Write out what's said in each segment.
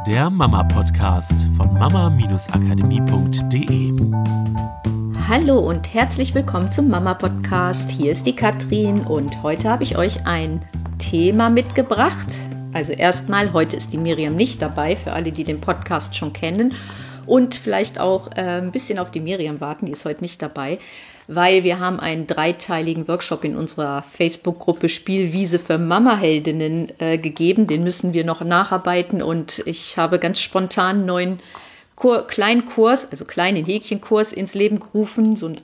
der Mama-Podcast von mama-akademie.de. Hallo und herzlich willkommen zum Mama-Podcast. Hier ist die Katrin und heute habe ich euch ein Thema mitgebracht. Also erstmal, heute ist die Miriam nicht dabei, für alle, die den Podcast schon kennen und vielleicht auch ein bisschen auf die Miriam warten, die ist heute nicht dabei, weil wir haben einen 3-teiligen Workshop in unserer Facebook-Gruppe Spielwiese für Mama-Heldinnen gegeben. Den müssen wir noch nacharbeiten und ich habe ganz spontan einen neuen kleinen Kurs, also kleinen Häkchenkurs ins Leben gerufen, so ein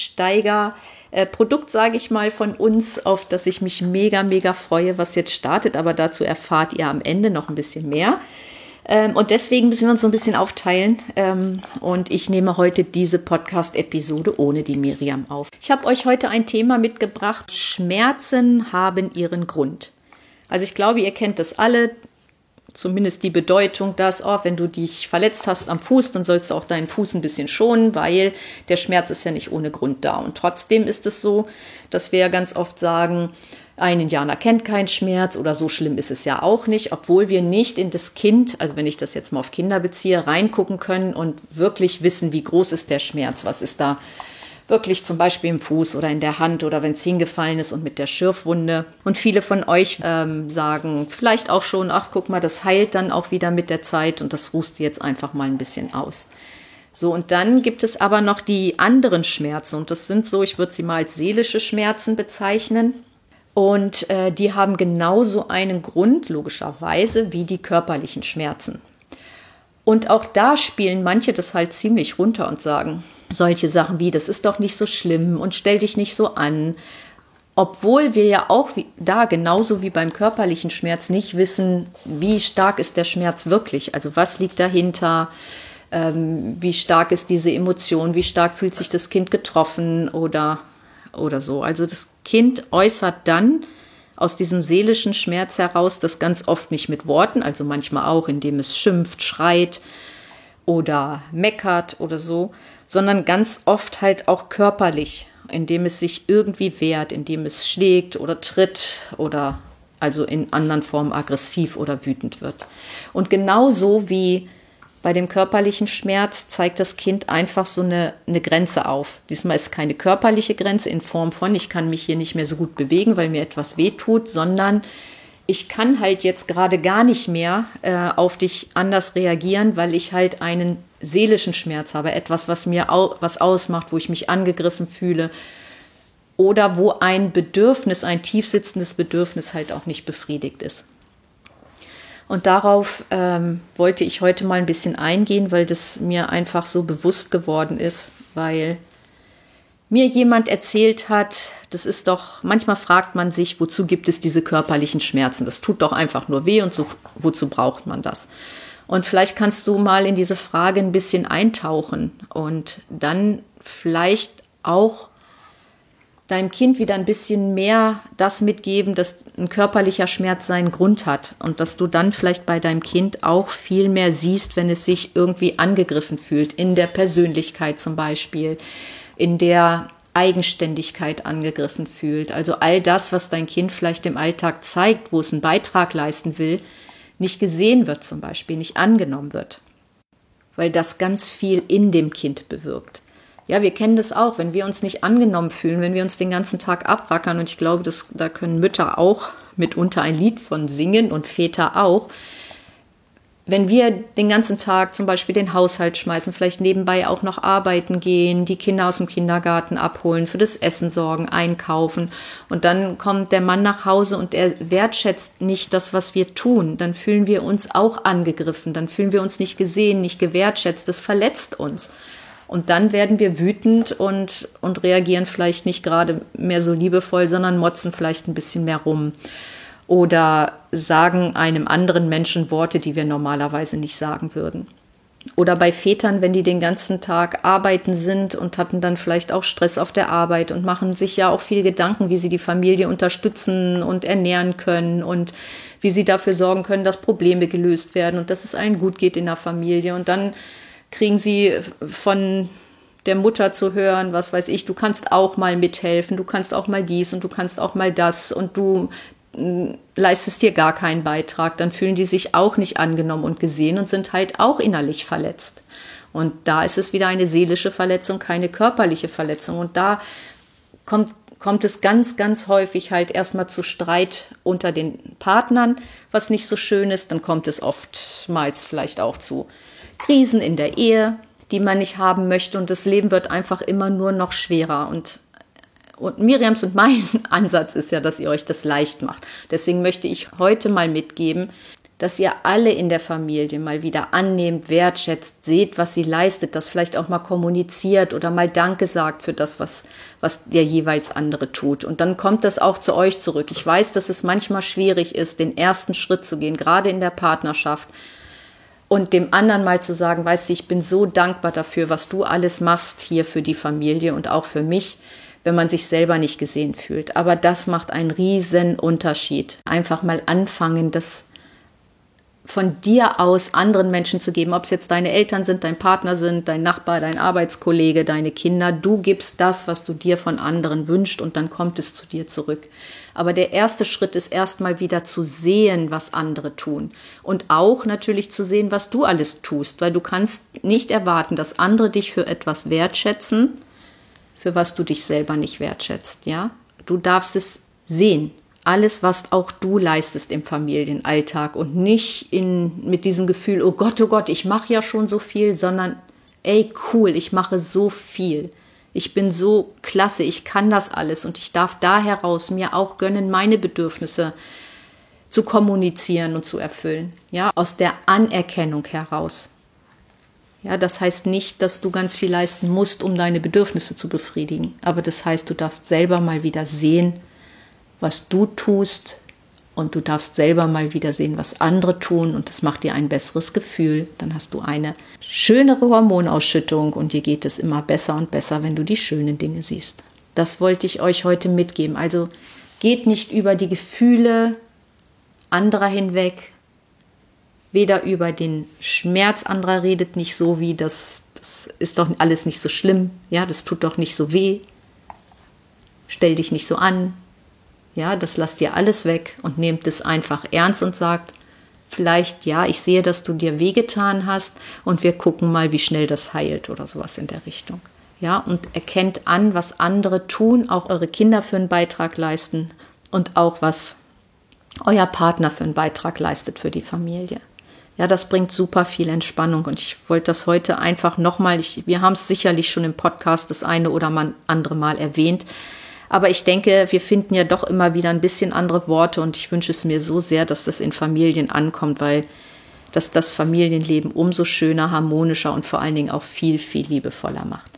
Einsteiger-Produkt, sage ich mal, von uns, auf das ich mich mega freue, was jetzt startet, aber dazu erfahrt ihr am Ende noch ein bisschen mehr. Und deswegen müssen wir uns so ein bisschen aufteilen und ich nehme heute diese Podcast-Episode ohne die Miriam auf. Ich habe euch heute ein Thema mitgebracht, Schmerzen haben ihren Grund. Also ich glaube, ihr kennt das alle, zumindest die Bedeutung, dass wenn du dich verletzt hast am Fuß, dann sollst du auch deinen Fuß ein bisschen schonen, weil der Schmerz ist ja nicht ohne Grund da. Und trotzdem ist es so, dass wir ganz oft sagen, ein Indianer kennt keinen Schmerz oder so schlimm ist es ja auch nicht, obwohl wir nicht in das Kind, also wenn ich das jetzt mal auf Kinder beziehe, reingucken können und wirklich wissen, wie groß ist der Schmerz, was ist da wirklich zum Beispiel im Fuß oder in der Hand oder wenn es hingefallen ist und mit der Schürfwunde. Und viele von euch sagen vielleicht auch schon, ach guck mal, das heilt dann auch wieder mit der Zeit und das ruhst du jetzt einfach mal ein bisschen aus. So, und dann gibt es aber noch die anderen Schmerzen und das sind so, ich würde sie mal als seelische Schmerzen bezeichnen. Und die haben genauso einen Grund, logischerweise, wie die körperlichen Schmerzen. Und auch da spielen manche das halt ziemlich runter und sagen solche Sachen wie, das ist doch nicht so schlimm und stell dich nicht so an. Obwohl wir ja auch da genauso wie beim körperlichen Schmerz nicht wissen, wie stark ist der Schmerz wirklich. Also was liegt dahinter, wie stark ist diese Emotion, wie stark fühlt sich das Kind getroffen oder so. Also das Kind äußert dann aus diesem seelischen Schmerz heraus das ganz oft nicht mit Worten, also manchmal auch, indem es schimpft, schreit oder meckert oder so, sondern ganz oft halt auch körperlich, indem es sich irgendwie wehrt, indem es schlägt oder tritt oder also in anderen Formen aggressiv oder wütend wird. Und genauso wie bei dem körperlichen Schmerz zeigt das Kind einfach so eine Grenze auf. Diesmal ist keine körperliche Grenze in Form von, ich kann mich hier nicht mehr so gut bewegen, weil mir etwas wehtut, sondern ich kann halt jetzt gerade gar nicht mehr auf dich anders reagieren, weil ich halt einen seelischen Schmerz habe, etwas, was mir was ausmacht, wo ich mich angegriffen fühle oder wo ein Bedürfnis, ein tiefsitzendes Bedürfnis halt auch nicht befriedigt ist. Und darauf wollte ich heute mal ein bisschen eingehen, weil das mir einfach so bewusst geworden ist, weil mir jemand erzählt hat, das ist doch, manchmal fragt man sich, wozu gibt es diese körperlichen Schmerzen? Das tut doch einfach nur weh und so, wozu braucht man das? Und vielleicht kannst du mal in diese Frage ein bisschen eintauchen und dann vielleicht auch deinem Kind wieder ein bisschen mehr das mitgeben, dass ein körperlicher Schmerz seinen Grund hat und dass du dann vielleicht bei deinem Kind auch viel mehr siehst, wenn es sich irgendwie angegriffen fühlt, in der Persönlichkeit zum Beispiel, in der Eigenständigkeit angegriffen fühlt. Also all das, was dein Kind vielleicht im Alltag zeigt, wo es einen Beitrag leisten will, nicht gesehen wird zum Beispiel, nicht angenommen wird, weil das ganz viel in dem Kind bewirkt. Ja, wir kennen das auch, wenn wir uns nicht angenommen fühlen, wenn wir uns den ganzen Tag abrackern. Und ich glaube, da können Mütter auch mitunter ein Lied von singen und Väter auch. Wenn wir den ganzen Tag zum Beispiel den Haushalt schmeißen, vielleicht nebenbei auch noch arbeiten gehen, die Kinder aus dem Kindergarten abholen, für das Essen sorgen, einkaufen und dann kommt der Mann nach Hause und er wertschätzt nicht das, was wir tun, dann fühlen wir uns auch angegriffen, dann fühlen wir uns nicht gesehen, nicht gewertschätzt, das verletzt uns. Und dann werden wir wütend und reagieren vielleicht nicht gerade mehr so liebevoll, sondern motzen vielleicht ein bisschen mehr rum. Oder sagen einem anderen Menschen Worte, die wir normalerweise nicht sagen würden. Oder bei Vätern, wenn die den ganzen Tag arbeiten sind und hatten dann vielleicht auch Stress auf der Arbeit und machen sich ja auch viel Gedanken, wie sie die Familie unterstützen und ernähren können und wie sie dafür sorgen können, dass Probleme gelöst werden und dass es allen gut geht in der Familie. Und dann kriegen sie von der Mutter zu hören, was weiß ich, du kannst auch mal mithelfen, du kannst auch mal dies und du kannst auch mal das und du leistest hier gar keinen Beitrag, dann fühlen die sich auch nicht angenommen und gesehen und sind halt auch innerlich verletzt. Und da ist es wieder eine seelische Verletzung, keine körperliche Verletzung. Und da kommt es ganz, ganz häufig halt erstmal zu Streit unter den Partnern, was nicht so schön ist. Dann kommt es oftmals vielleicht auch zu Krisen in der Ehe, die man nicht haben möchte. Und das Leben wird einfach immer nur noch schwerer. Und Miriams und mein Ansatz ist ja, dass ihr euch das leicht macht. Deswegen möchte ich heute mal mitgeben, dass ihr alle in der Familie mal wieder annehmt, wertschätzt, seht, was sie leistet, das vielleicht auch mal kommuniziert oder mal Danke sagt für das, was der jeweils andere tut. Und dann kommt das auch zu euch zurück. Ich weiß, dass es manchmal schwierig ist, den ersten Schritt zu gehen, gerade in der Partnerschaft. Und dem anderen mal zu sagen, weißt du, ich bin so dankbar dafür, was du alles machst hier für die Familie und auch für mich, wenn man sich selber nicht gesehen fühlt. Aber das macht einen riesen Unterschied. Einfach mal anfangen, das von dir aus anderen Menschen zu geben, ob es jetzt deine Eltern sind, dein Partner sind, dein Nachbar, dein Arbeitskollege, deine Kinder. Du gibst das, was du dir von anderen wünschst und dann kommt es zu dir zurück. Aber der erste Schritt ist erstmal wieder zu sehen, was andere tun und auch natürlich zu sehen, was du alles tust, weil du kannst nicht erwarten, dass andere dich für etwas wertschätzen, für was du dich selber nicht wertschätzt. Ja? Du darfst es sehen. Alles, was auch du leistest im Familienalltag und nicht mit diesem Gefühl, oh Gott, ich mache ja schon so viel, sondern ey, cool, ich mache so viel. Ich bin so klasse, ich kann das alles und ich darf da heraus mir auch gönnen, meine Bedürfnisse zu kommunizieren und zu erfüllen. Ja, aus der Anerkennung heraus. Ja, das heißt nicht, dass du ganz viel leisten musst, um deine Bedürfnisse zu befriedigen. Aber das heißt, du darfst selber mal wieder sehen, was du tust und du darfst selber mal wieder sehen, was andere tun und das macht dir ein besseres Gefühl. Dann hast du eine schönere Hormonausschüttung und dir geht es immer besser und besser, wenn du die schönen Dinge siehst. Das wollte ich euch heute mitgeben. Also geht nicht über die Gefühle anderer hinweg, weder über den Schmerz anderer, redet nicht so wie, das ist doch alles nicht so schlimm, ja, das tut doch nicht so weh, stell dich nicht so an. Ja, das lasst ihr alles weg und nehmt es einfach ernst und sagt, vielleicht, ja, ich sehe, dass du dir wehgetan hast und wir gucken mal, wie schnell das heilt oder sowas in der Richtung. Ja, und erkennt an, was andere tun, auch eure Kinder für einen Beitrag leisten und auch was euer Partner für einen Beitrag leistet für die Familie. Ja, das bringt super viel Entspannung und ich wollte das heute einfach nochmal, wir haben es sicherlich schon im Podcast das eine oder andere Mal erwähnt, aber ich denke, wir finden ja doch immer wieder ein bisschen andere Worte und ich wünsche es mir so sehr, dass das in Familien ankommt, weil das Familienleben umso schöner, harmonischer und vor allen Dingen auch viel, viel liebevoller macht.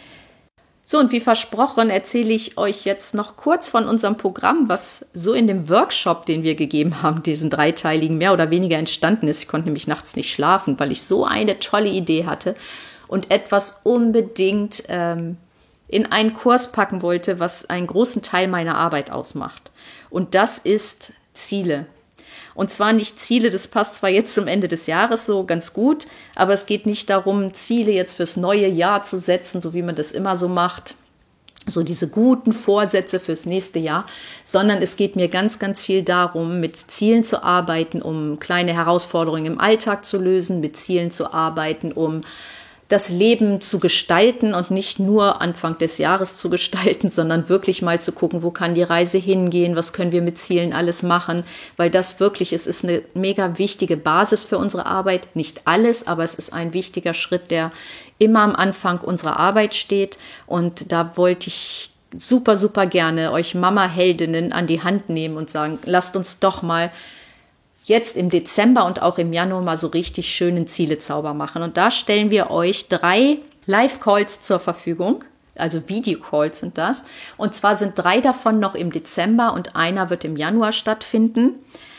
So, und wie versprochen erzähle ich euch jetzt noch kurz von unserem Programm, was so in dem Workshop, den wir gegeben haben, diesen dreiteiligen, mehr oder weniger entstanden ist. Ich konnte nämlich nachts nicht schlafen, weil ich so eine tolle Idee hatte und etwas unbedingt in einen Kurs packen wollte, was einen großen Teil meiner Arbeit ausmacht. Und das ist Ziele. Und zwar nicht Ziele, das passt zwar jetzt zum Ende des Jahres so ganz gut, aber es geht nicht darum, Ziele jetzt fürs neue Jahr zu setzen, so wie man das immer so macht, so diese guten Vorsätze fürs nächste Jahr, sondern es geht mir ganz, ganz viel darum, mit Zielen zu arbeiten, um kleine Herausforderungen im Alltag zu lösen, mit Zielen zu arbeiten, um das Leben zu gestalten und nicht nur Anfang des Jahres zu gestalten, sondern wirklich mal zu gucken, wo kann die Reise hingehen, was können wir mit Zielen alles machen, weil das wirklich, es ist eine mega wichtige Basis für unsere Arbeit, nicht alles, aber es ist ein wichtiger Schritt, der immer am Anfang unserer Arbeit steht und da wollte ich super, super gerne euch Mama-Heldinnen an die Hand nehmen und sagen, lasst uns doch mal jetzt im Dezember und auch im Januar mal so richtig schönen Zielezauber machen. Und da stellen wir euch 3 Live-Calls zur Verfügung, also Videocalls sind das. Und zwar sind 3 davon noch im Dezember und einer wird im Januar stattfinden.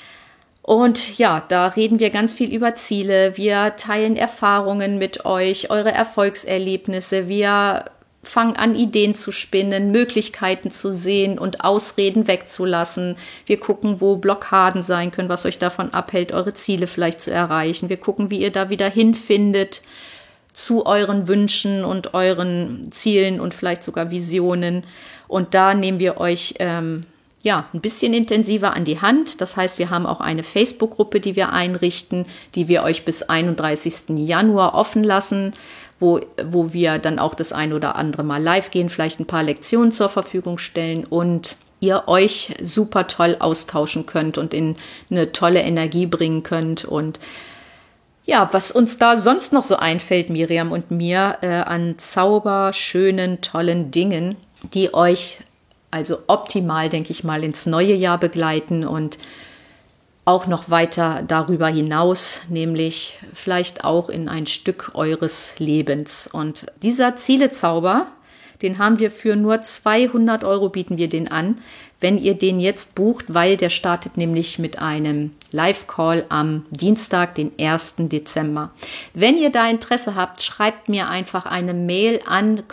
Und ja, da reden wir ganz viel über Ziele. Wir teilen Erfahrungen mit euch, eure Erfolgserlebnisse. Wir fangen an, Ideen zu spinnen, Möglichkeiten zu sehen und Ausreden wegzulassen. Wir gucken, wo Blockaden sein können, was euch davon abhält, eure Ziele vielleicht zu erreichen. Wir gucken, wie ihr da wieder hinfindet zu euren Wünschen und euren Zielen und vielleicht sogar Visionen. Und da nehmen wir euch ein bisschen intensiver an die Hand. Das heißt, wir haben auch eine Facebook-Gruppe, die wir einrichten, die wir euch bis 31. Januar offen lassen, wo wir dann auch das ein oder andere Mal live gehen, vielleicht ein paar Lektionen zur Verfügung stellen und ihr euch super toll austauschen könnt und in eine tolle Energie bringen könnt. Und ja, was uns da sonst noch so einfällt, Miriam und mir, an zauberschönen, tollen Dingen, die euch also optimal, denke ich mal, ins neue Jahr begleiten und auch noch weiter darüber hinaus, nämlich vielleicht auch in ein Stück eures Lebens. Und dieser Zielezauber, den haben wir für nur 200 € bieten wir den an, wenn ihr den jetzt bucht, weil der startet nämlich mit einem Live-Call am Dienstag, den 1. Dezember. Wenn ihr da Interesse habt, schreibt mir einfach eine Mail an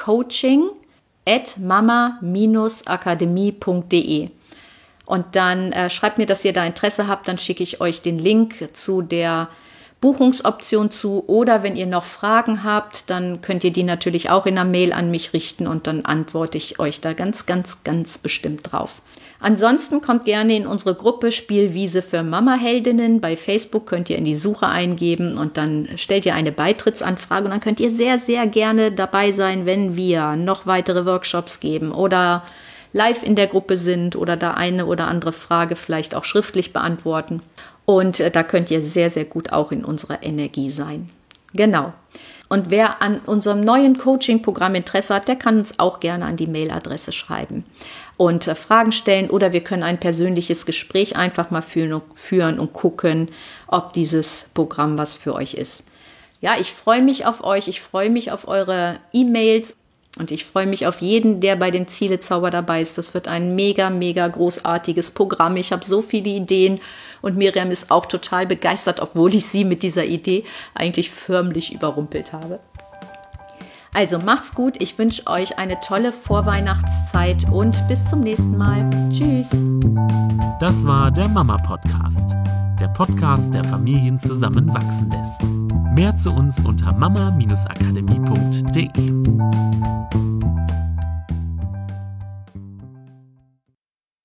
coaching@mama-akademie.de. Und dann schreibt mir, dass ihr da Interesse habt, dann schicke ich euch den Link zu der Buchungsoption zu. Oder wenn ihr noch Fragen habt, dann könnt ihr die natürlich auch in einer Mail an mich richten und dann antworte ich euch da ganz, ganz, ganz bestimmt drauf. Ansonsten kommt gerne in unsere Gruppe Spielwiese für Mama-Heldinnen. Bei Facebook könnt ihr in die Suche eingeben und dann stellt ihr eine Beitrittsanfrage und dann könnt ihr sehr, sehr gerne dabei sein, wenn wir noch weitere Workshops geben oder live in der Gruppe sind oder da eine oder andere Frage vielleicht auch schriftlich beantworten. Und da könnt ihr sehr, sehr gut auch in unserer Energie sein. Genau. Und wer an unserem neuen Coaching-Programm Interesse hat, der kann uns auch gerne an die Mailadresse schreiben und Fragen stellen. Oder wir können ein persönliches Gespräch einfach mal führen und gucken, ob dieses Programm was für euch ist. Ja, ich freue mich auf euch. Ich freue mich auf eure E-Mails. Und ich freue mich auf jeden, der bei den Zielezauber dabei ist. Das wird ein mega, mega großartiges Programm. Ich habe so viele Ideen und Miriam ist auch total begeistert, obwohl ich sie mit dieser Idee eigentlich förmlich überrumpelt habe. Also macht's gut. Ich wünsche euch eine tolle Vorweihnachtszeit und bis zum nächsten Mal. Tschüss. Das war der Mama-Podcast. Der Podcast, der Familien zusammenwachsen lässt. Mehr zu uns unter mama-akademie.de.